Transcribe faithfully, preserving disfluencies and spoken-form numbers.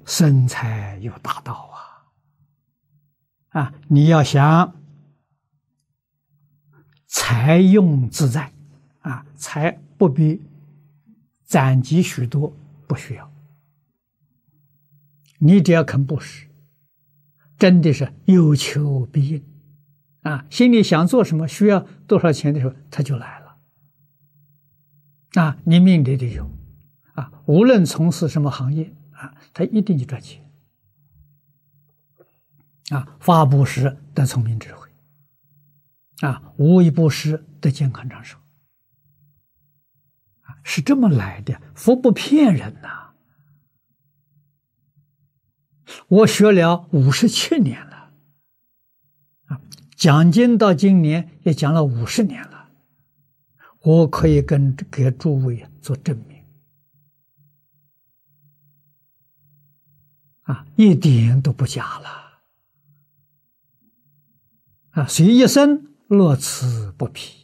生财有大道啊！啊，你要想财用自在啊，财不必攒积许多，不需要。你只要肯布施，真的是有求必应啊！心里想做什么，需要多少钱的时候，它就来了啊！你命里得有啊，无论从事什么行业啊，它一定就赚钱啊！发布施得聪明智慧啊，无一布施得健康长寿啊，是这么来的。佛不骗人呐、啊！我学了五十七年了啊，讲经到今年也讲了五十年了，我可以跟给诸位做证明啊，一点都不假了啊！所以一生乐此不疲。